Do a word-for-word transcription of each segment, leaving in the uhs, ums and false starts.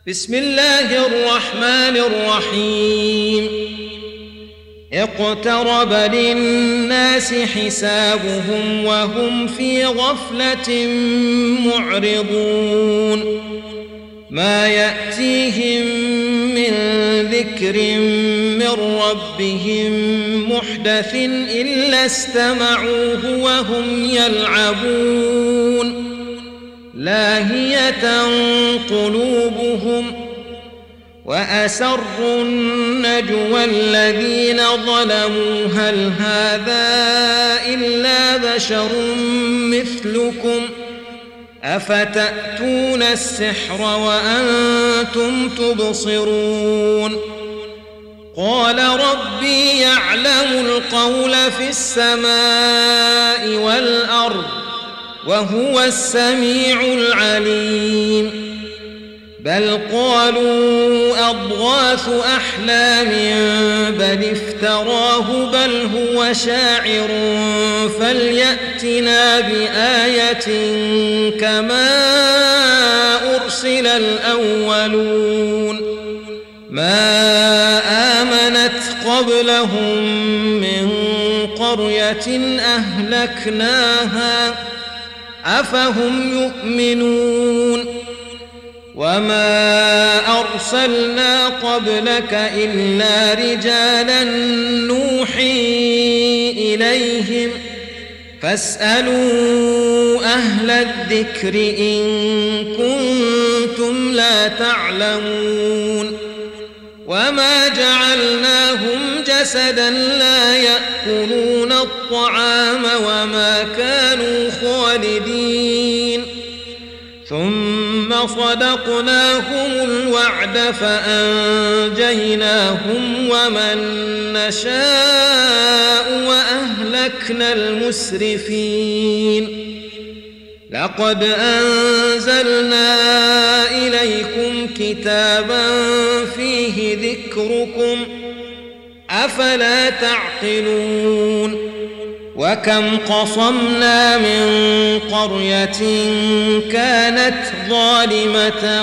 بسم الله الرحمن الرحيم اقترب للناس حسابهم وهم في غفلة معرضون ما يأتيهم من ذكر من ربهم محدث إلا استمعوه وهم يلعبون لاهية قلوبهم وأسروا النجوى الذين ظلموا هل هذا إلا بشر مثلكم أفتأتون السحر وأنتم تبصرون قال ربي يعلم القول في السماء والأرض وهو السميع العليم بل قالوا أضغاث أحلام بل افتراه بل هو شاعر فليأتنا بآية كما أرسل الأولون ما آمنت قبلهم من قرية أهلكناها أفهم يؤمنون وما أرسلنا قبلك إلا رجالا نوحي إليهم فاسألوا أهل الذكر إن كنتم لا تعلمون وما جعلناهم جسدا لا يأكلون الطعام وما كانوا خالدين ثم صدقناهم الوعد فأنجيناهم ومن نشاء وأهلكنا المسرفين لقد أنزلنا إليكم كتابا فيه ذكركم أفلا تعقلون وكم قصمنا من قرية كانت ظالمة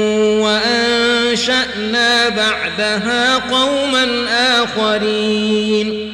وأنشأنا بعدها قوما آخرين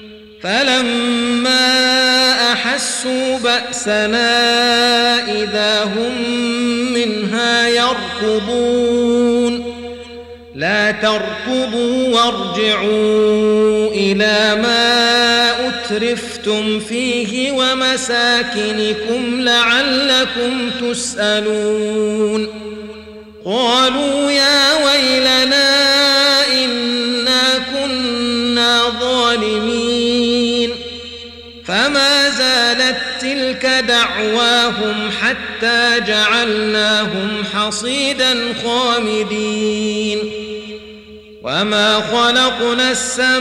فلما أحسوا بأسنا إذا هم منها يركضون لا تركضوا وارجعوا إلى ما أترفتم فيه ومساكنكم لعلكم تسألون قالوا يا ويلنا إنا كنا ظالمين فما زالت تلك دعواهم حتى جعلناهم حصيدا خامدين وما خلقنا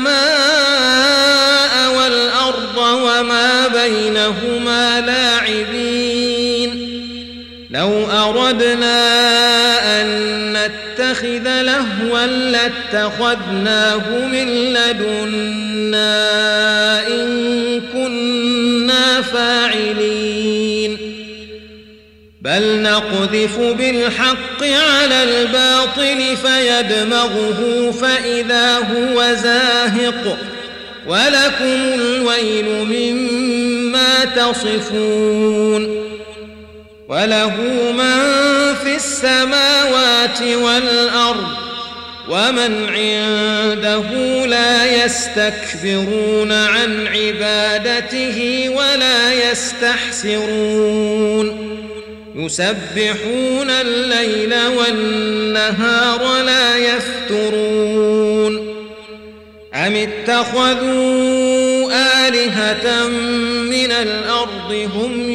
السماء والأرض وما بينهما لاعبين لو أردنا أن نتخذ لهوا لاتخذناه من لدنا إن كنا فاعلين بل نقذف بالحق على الباطل فيدمغه فإذا هو زاهق ولكم الويل مما تصفون وله من في السماوات والأرض ومن عنده لا يستكبرون عن عبادته ولا يستحسرون يسبحون الليل والنهار لا يفترون أم اتخذوا آلهة من الأرض هم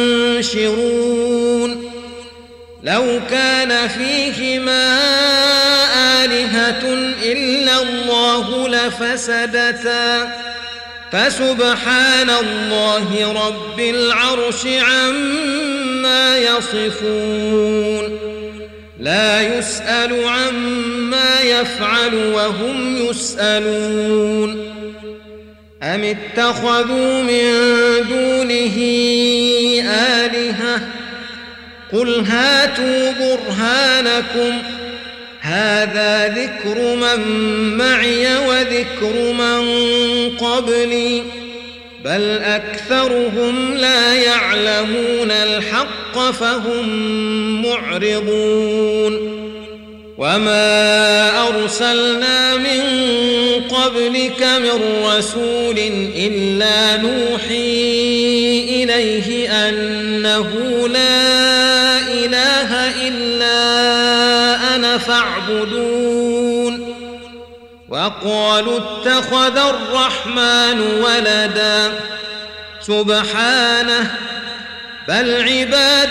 ينشرون لو كان فيهما آلهة إلا الله لفسدتا فسبحان الله رب العرش عما يصفون لا يسأل عما يفعل وهم يسألون أم اتخذوا من دونه آلهة قل هاتوا برهانكم هذا ذكر من معي وذكر من قبلي بل أكثرهم لا يعلمون الحق فهم معرضون وما أرسلنا من قبلك من رسول إلا نوحي إليه أنه لا إله إلا أنا فاعبدون وقالوا اتخذ الرحمن ولدا سبحانه بل عباد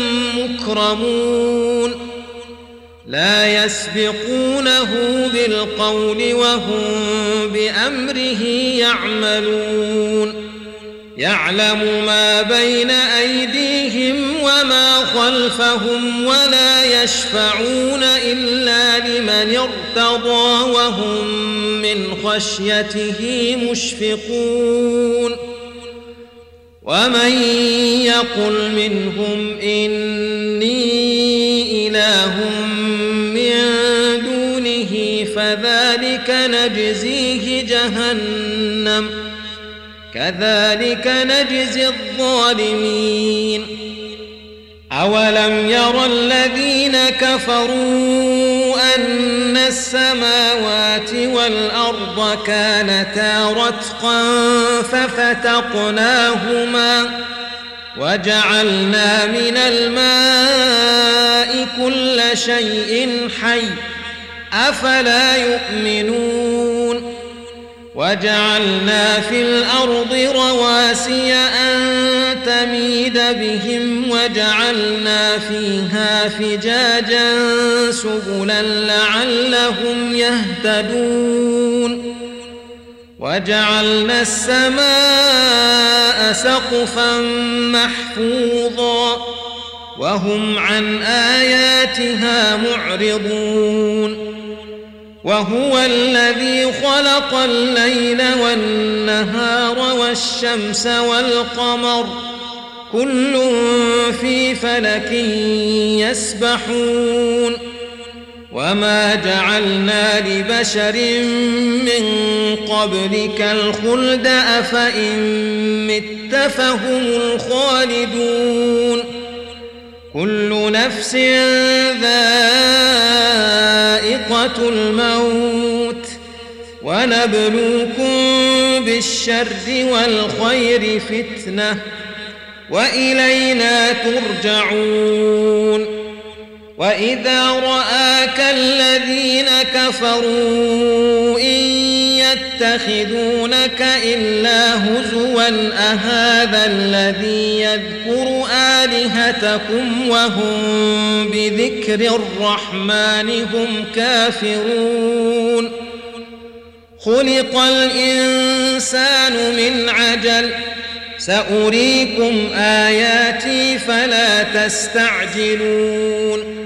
مكرمون لا يسبقونه بالقول وهم بأمره يعملون يعلم ما بين أيديهم وما خلفهم ولا يشفعون إلا لمن ارتضى وهم من خشيته مشفقون ومن يقل منهم إني إله من دونه فذلك نجزيه جهنم كذلك نجزي الظالمين أولم ير الذين كفروا أن السماوات والأرض كانتا رتقا ففتقناهما وجعلنا من الماء كل شيء حي أفلا يؤمنون وجعلنا في الأرض رواسي أن تميد بهم وجعلنا فيها فجاجا سبلا لعلهم يهتدون وجعلنا السماء سقفا محفوظا وهم عن آياتها معرضون وهو الذي خلق الليل والنهار والشمس والقمر كل في فلك يسبحون وما جعلنا لبشر من قبلك الخلد أفإن مت فهم الخالدون كل نفس ذائقة الموت ونبلوكم بالشر والخير فتنة وإلينا ترجعون وإذا رآك الذين كفروا إن يتخذونك إلا هزوا أهذا الذي يذكر آلهتكم وهم بذكر الرحمن هم كافرون خلق الإنسان من عجل سأريكم آياتي فلا تستعجلون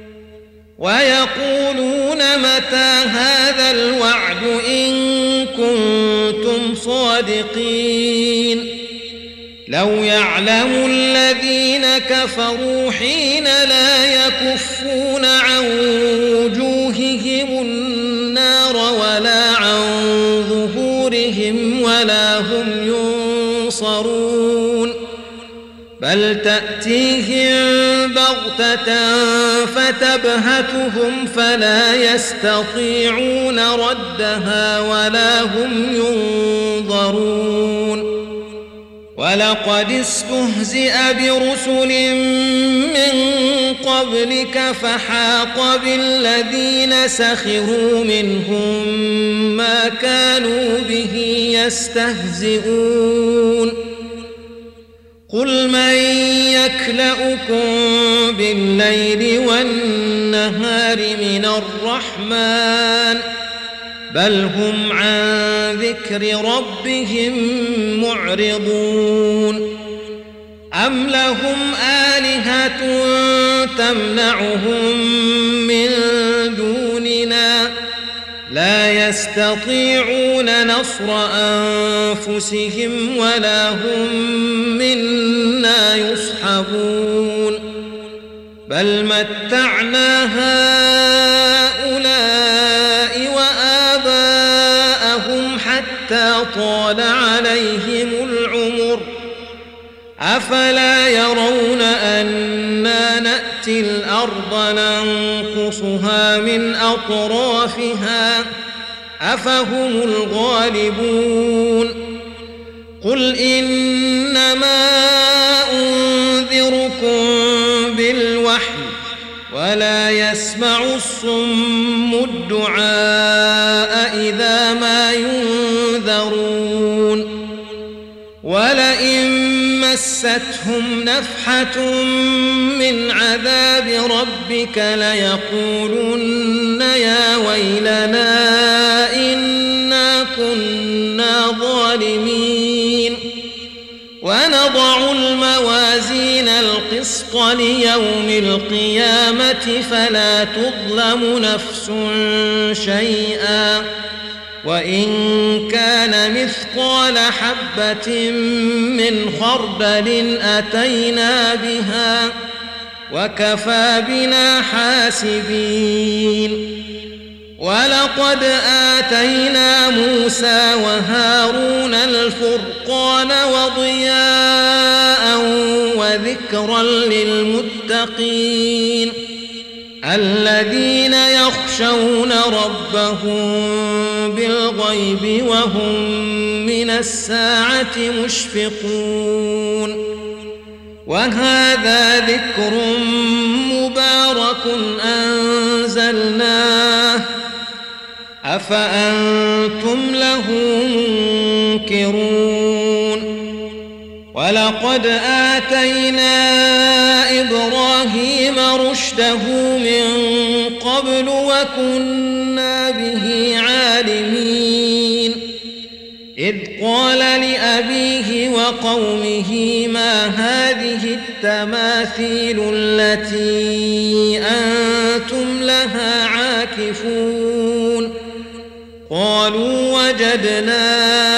ويقولون متى هذا الوعد إن كنتم صادقين لو يعلم الذين كفروا حين لا يكفون عن وجوههم النار ولا عن ظهورهم ولا هم ينصرون بل تأتيهم بغتة فتبهتهم فلا يستطيعون ردها ولا هم ينظرون ولقد استهزئ برسل من قبلك فحاق بالذين سخروا منهم ما كانوا به يستهزئون قل من يكلؤكم بالليل والنهار من الرحمن بل هم عن ذكر ربهم معرضون أم لهم آلهة تمنعهم من دوننا لا يستطيعون نصر أنفسهم ولا هم منا يصحبون بل متعنا هؤلاء ننقصها من أطرافها أفهم الغالبون قل إنما أنذركم بالوحي ولا يسمع الصم الدعاء إذا ما ينذرون ولئن مستهم نفحة من عذاب ربك ليقولن يا ويلنا إنا كنا ظالمين ونضع الموازين القسط ليوم القيامة فلا تظلم نفس شيئا وإن كان مثقال حبة من خردل أتينا بها وكفى بنا حاسبين ولقد آتينا موسى وهارون الفرقان وضياء وذكرا للمتقين الذين يخشون ربهم بالغيب وهم من الساعة مشفقون وهذا ذكر مبارك أنزلناه أفأنتم له منكرون ولقد آتينا إبراهيم رشده من قبل وكنا به عالمين إذ قال لأبيه وقومه ما هذه التماثيل التي أنتم لها عاكفون قالوا وجدنا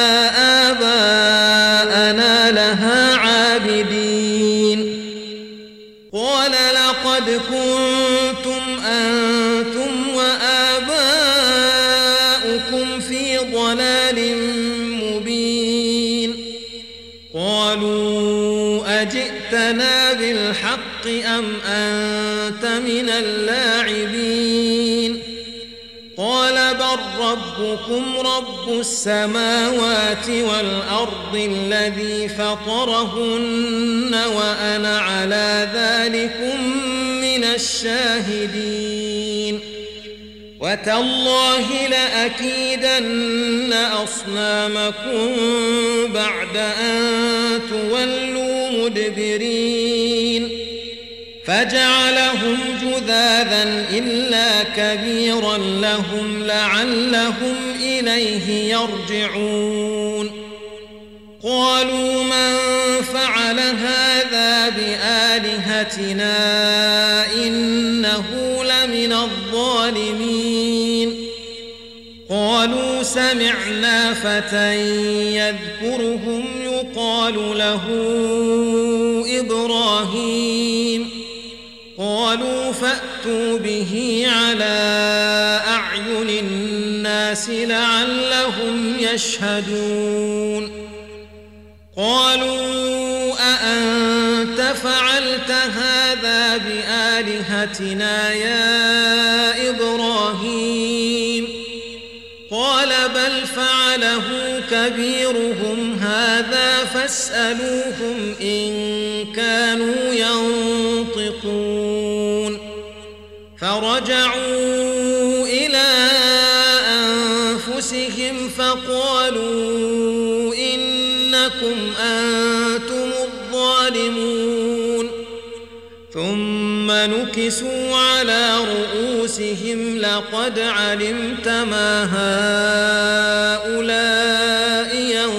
آباءنا لها عابدين قال لقد كنتم أنتم وآباؤكم في ضلال مبين قالوا أجئتنا بالحق أم أنت من اللاعبين قال بل ربكم رب السماوات والأرض الذي فطرهن وأنا على ذلكم من الشاهدين وتالله لأكيدن أصنامكم بعد أن تولوا مدبرين فجعلهم جذاذا إلا كبيرا لهم لعلهم إليه يرجعون قالوا من فعل هذا بآلهتنا إنه لمن الظالمين قالوا سمعنا فتى يذكرهم يقال له إبراهيم قالوا فأتوا به على أعين الناس لعلهم يشهدون قالوا أأنت فعلت هذا بآلهتنا يا إبراهيم قال بل فعله كبيرهم هذا فاسألوهم إن كانوا ينطقون فرجعوا إلى أنفسهم فقالوا إنكم أنتم الظالمون ثم نكسوا على رؤوسهم لقد علمت ما هؤلاء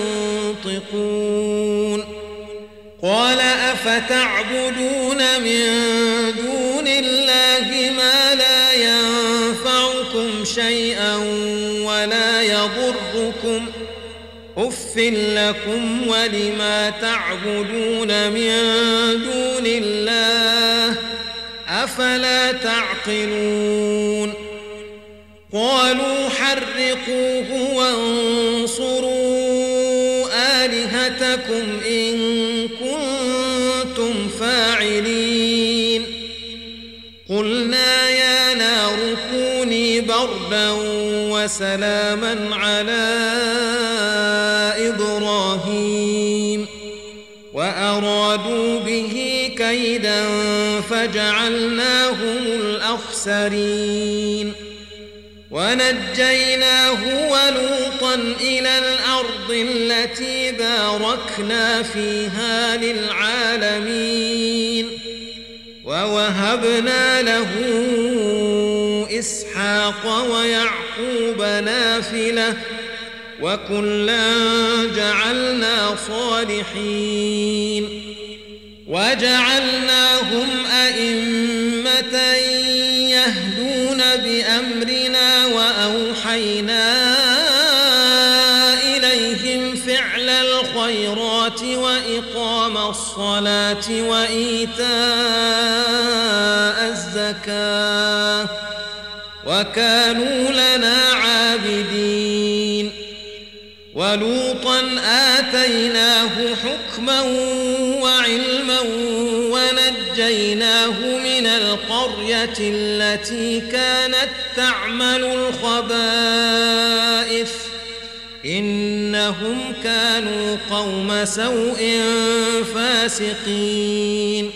ينطقون قال أفتعبدون من دون الله ما لا ينفعكم شيئا ولا يضركم أف لكم ولما تعبدون من دون الله أفلا تعقلون قالوا حرقوه وانصروا آلهتكم إن كنتم فاعلين قلنا يا بردا وسلاما على إبراهيم وأرادوا به كيدا فجعلناهم الأخسرين ونجيناه ولوطا إلى الأرض التي باركنا فيها للعالمين ووهبنا له إسحاق ويعقوب نافلة وكلا جعلنا صالحين وجعلناهم أئمة يهدون بأمرنا وأوحينا إليهم فعل الخيرات وإقام الصلاة وإيتاء الزكاة وكانوا لنا عابدين ولوطا آتيناه حكما وعلما ونجيناه من القرية التي كانت تعمل الخبائث إنهم كانوا قوم سوء فاسقين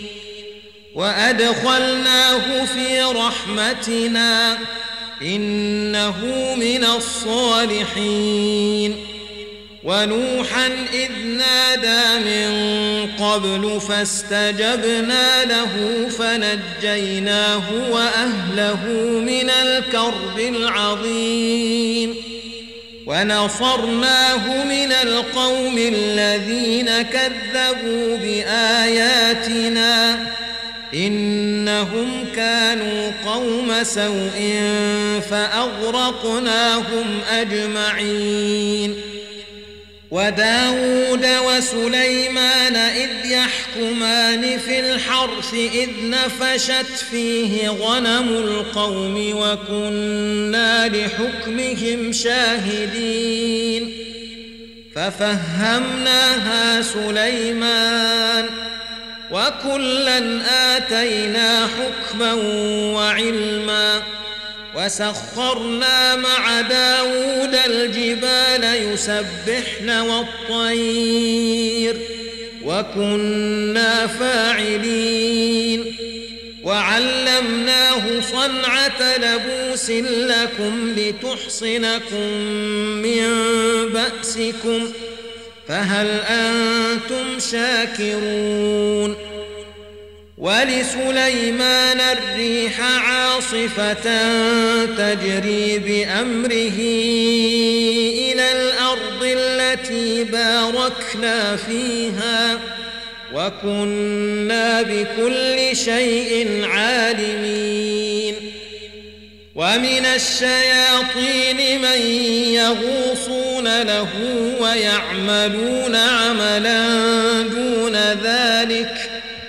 وأدخلناه في رحمتنا إنه من الصالحين ونوحا إذ نادى من قبل فاستجبنا له فنجيناه وأهله من الكرب العظيم ونصرناه من القوم الذين كذبوا بآياتنا إنهم كانوا قوم سوء فأغرقناهم أجمعين وداود وسليمان إذ يحكمان في الحرث إذ نفشت فيه غنم القوم وكنا لحكمهم شاهدين ففهمناها سليمان وكلا آتينا حكما وعلما وسخرنا مع داود الجبال يسبحن والطير وكنا فاعلين وعلمناه صنعة لبوس لكم لتحصنكم من بأسكم فهل أنتم شاكرون ولسليمان الريح عاصفة تجري بأمره إلى الأرض التي باركنا فيها وكنا بكل شيء عالمين ومن الشياطين من يغوصون له ويعملون عملا دون ذلك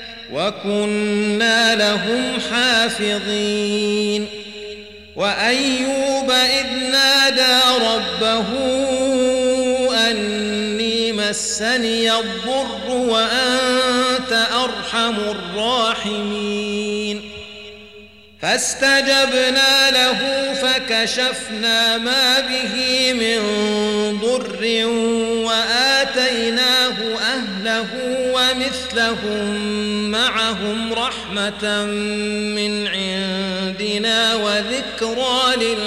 وكنا لهم حافظين وأيوب إذ نادى ربه أني مسني الضر وأنت أرحم الراحمين فاستجبنا له فكشفنا ما به من ضر وآتيناه أهله ومثلهم معهم رحمة من عندنا وذكرى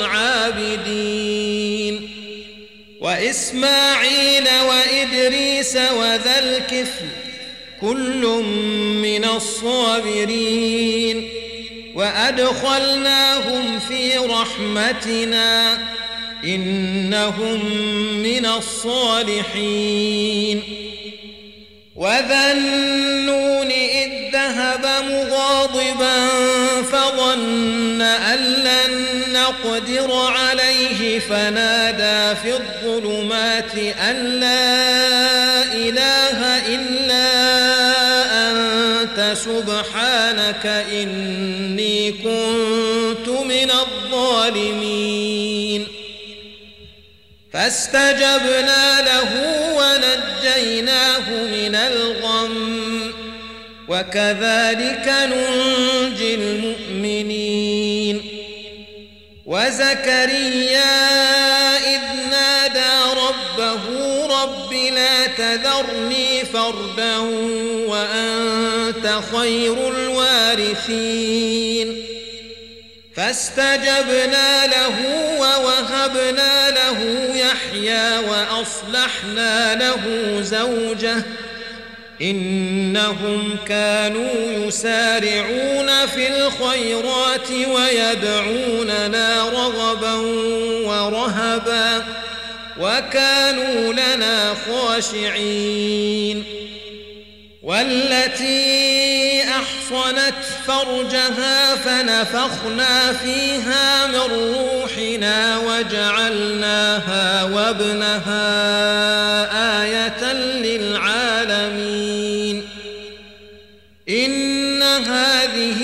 للعابدين وإسماعيل وإدريس وذا الكفل كل من الصابرين وأدخلناهم في رحمتنا إنهم من الصالحين وذا النون إذ ذهب مغاضبا فظن أن لن نقدر عليه فنادى في الظلمات أن لا إله إلا أنت سبحانك إني كنت من الظالمين فاستجبنا له ونجيناه من الغم وكذلك ننجي المؤمنين وزكريا إذ نادى ربه رب لا تذرني فردا وأنت خير الوارثين فاستجبنا له ووهبنا له يحيى وأصلحنا له زوجه إنهم كانوا يسارعون في الخيرات ويدعوننا رغبا ورهبا وكانوا لنا خاشعين والتي أحصنت فرجها فنفخنا فيها من روحنا وجعلناها وابنها آية للعالمين إن هذه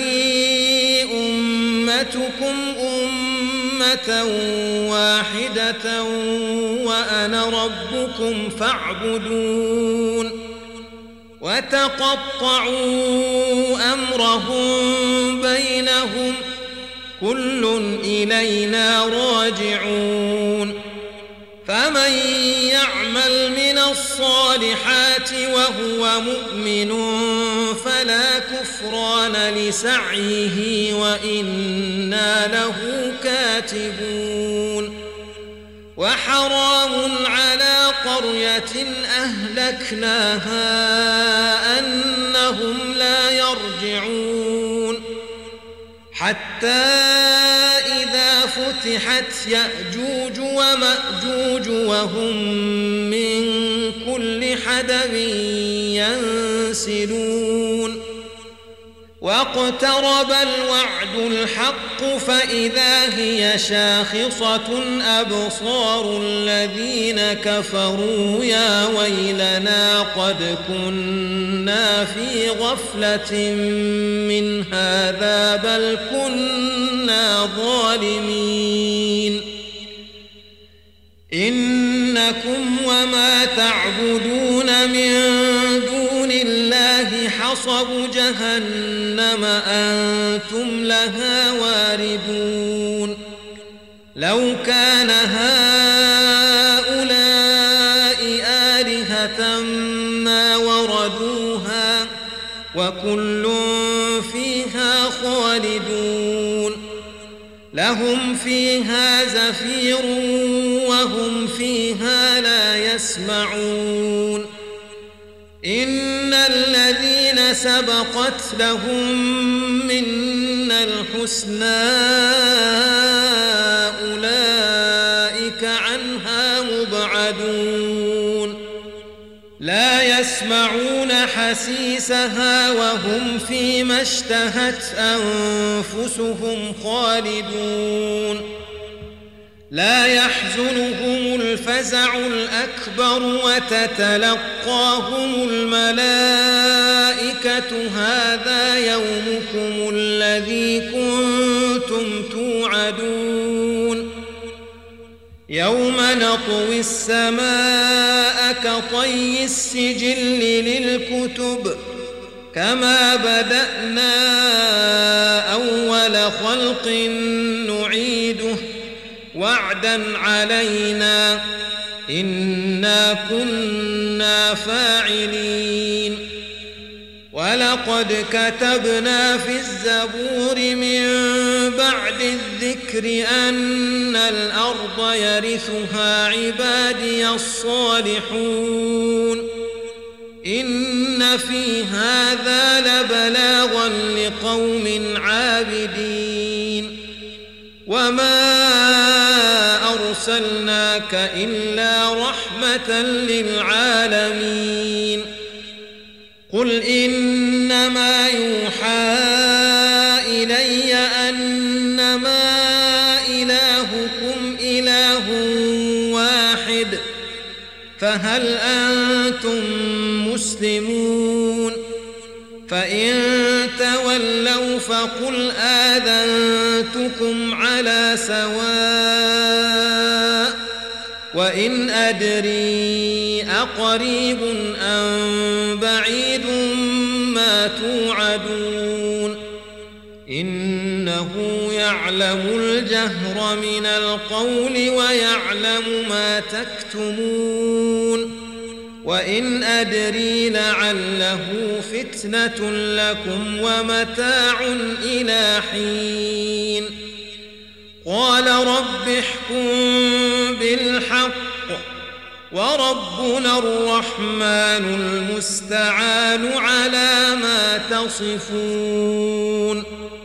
أمتكم أمة واحدة وأنا ربكم فاعبدون وتقطعوا أمرهم بينهم كل إلينا راجعون فمن يعمل من الصالحات وهو مؤمن فلا كفران لسعيه وإنا له كاتبون وحرام على قرية أهلكناها أنهم لا يرجعون حتى إذا فتحت يأجوج ومأجوج وهم من كل حدب ينسلون واقترب الوعد الحق فإذا هي شاخصة أبصار الذين كفروا يا ويلنا قد كنا في غفلة من هذا بل كنا ظالمين إنكم وما تعبدون من دون الله حصب جهنم أنتم لها واردون لو كان هؤلاء آلهة ما وردوها وكل فيها خالدون لهم فيها زفير وهم فيها لا يسمعون إن الذين سبقت لهم منا الحسنى أولئك عنها مبعدون لا يسمعون حسيسها وهم فيما اشتهت أنفسهم خالدون لا يحزنهم الفزع الأكبر وتتلقاهم الملائكة هذا يومكم الذي كنتم توعدون يوم نطوي السماء كطي السجل للكتب كما بدأنا أول خلق نعيده وعدا علينا إنا كنا فاعلين ولقد كتبنا في الزبور من بعد الذكر أن الأرض يرثها عبادي الصالحون إن في هذا لبلاغا لقوم عابدين وما أرسلناك إلا رحمة للعالمين قل إنما يوحى إلي أنما إلهكم إله واحد فهل أنتم مسلمون فإن تولوا فقل آذنتكم على سواء وإن أدري أقريب أم بعيد ما توعدون إنه يعلم الجهر من القول ويعلم ما تكتمون وإن أدري لعله فتنة لكم ومتاع إلى حين قال رب احكم بالحق وربنا الرحمن المستعان على ما تصفون